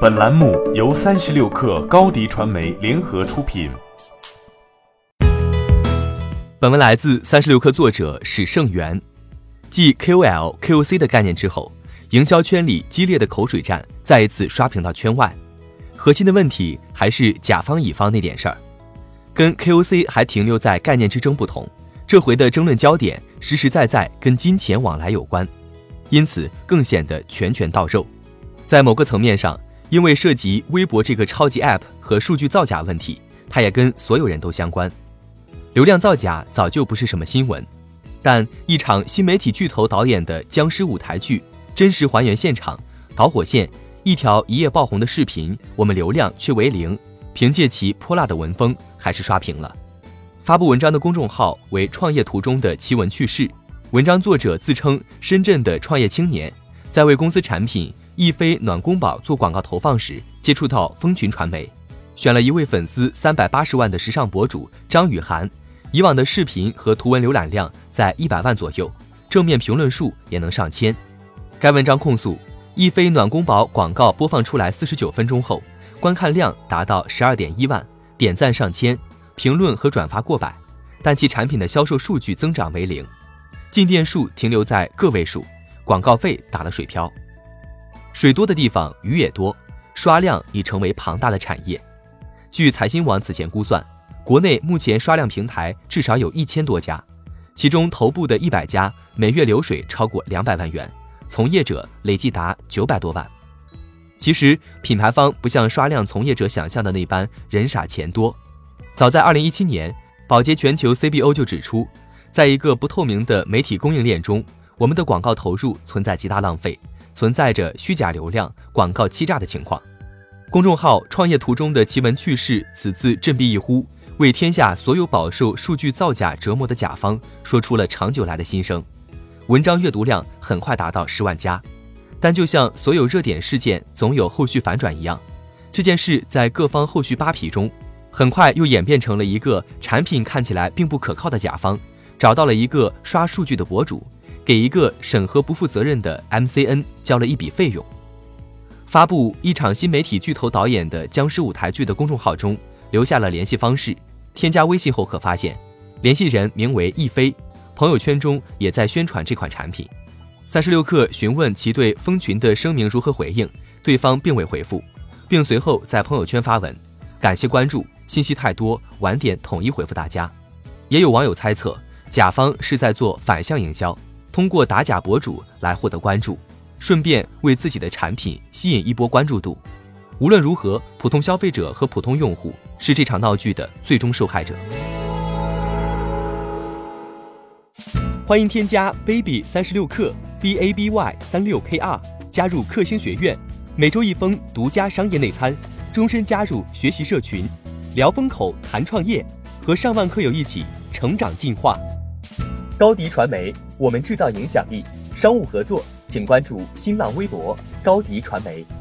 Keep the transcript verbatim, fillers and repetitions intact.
本栏目由三十六氪高迪传媒联合出品。 本文来自三十六氪作者史胜元。继 K O L、K O C 的概念之后，营销圈里激烈的口水战再一次刷屏到圈外。核心的问题还是甲方乙方那点事儿，跟 K O C 还停留在概念之争不同，这回的争论焦点实实在在跟金钱往来有关，因此更显得拳拳到肉。在某个层面上，因为涉及微博这个超级 App 和数据造假问题，它也跟所有人都相关。流量造假早就不是什么新闻，但一场新媒体巨头导演的僵尸舞台剧，真实还原现场，导火线一条一夜爆红的视频，我们流量却为零，凭借其泼辣的文风还是刷屏了。发布文章的公众号为创业途中的奇闻趣事，文章作者自称深圳的创业青年，在为公司产品易飞暖宫宝做广告投放时接触到蜂群传媒，选了一位粉丝三百八十万的时尚博主张雨涵，以往的视频和图文浏览量在一百万左右，正面评论数也能上千。该文章控诉易飞暖宫宝广告播放出来四十九分钟后，观看量达到 十二点一万，点赞上千，评论和转发过百，但其产品的销售数据增长为零，进店数停留在个位数，广告费打了水漂。水多的地方鱼也多，刷量已成为庞大的产业。据财新网此前估算，国内目前刷量平台至少有一千多家，其中头部的一百家每月流水超过两百万元，从业者累计达九百多万。其实品牌方不像刷量从业者想象的那般人傻钱多。早在二零一七年，宝洁全球 C B O 就指出，在一个不透明的媒体供应链中，我们的广告投入存在极大浪费，存在着虚假流量、广告欺诈的情况。公众号创业途中的奇闻趣事此次振臂一呼，为天下所有饱受数据造假折磨的甲方说出了长久来的心声。文章阅读量很快达到十万加，但就像所有热点事件总有后续反转一样，这件事在各方后续扒皮中，很快又演变成了一个产品看起来并不可靠的甲方找到了一个刷数据的博主，给一个审核不负责任的 M C N 交了一笔费用。发布一场新媒体巨头导演的僵尸舞台剧的公众号中留下了联系方式，添加微信后可发现联系人名为易飞，朋友圈中也在宣传这款产品。三十六氪询问其对蜂群的声明如何回应，对方并未回复，并随后在朋友圈发文感谢关注，信息太多，晚点统一回复大家。也有网友猜测甲方是在做反向营销，通过打假博主来获得关注，顺便为自己的产品吸引一波关注度。无论如何，普通消费者和普通用户是这场闹剧的最终受害者。欢迎添加 baby 三十六氪 B A B Y 三六 K R 加入克星学院，每周一封独家商业内参，终身加入学习社群，聊风口谈创业，和上万课友一起成长进化。高迪传媒，我们制造影响力。商务合作请关注新浪微博高迪传媒。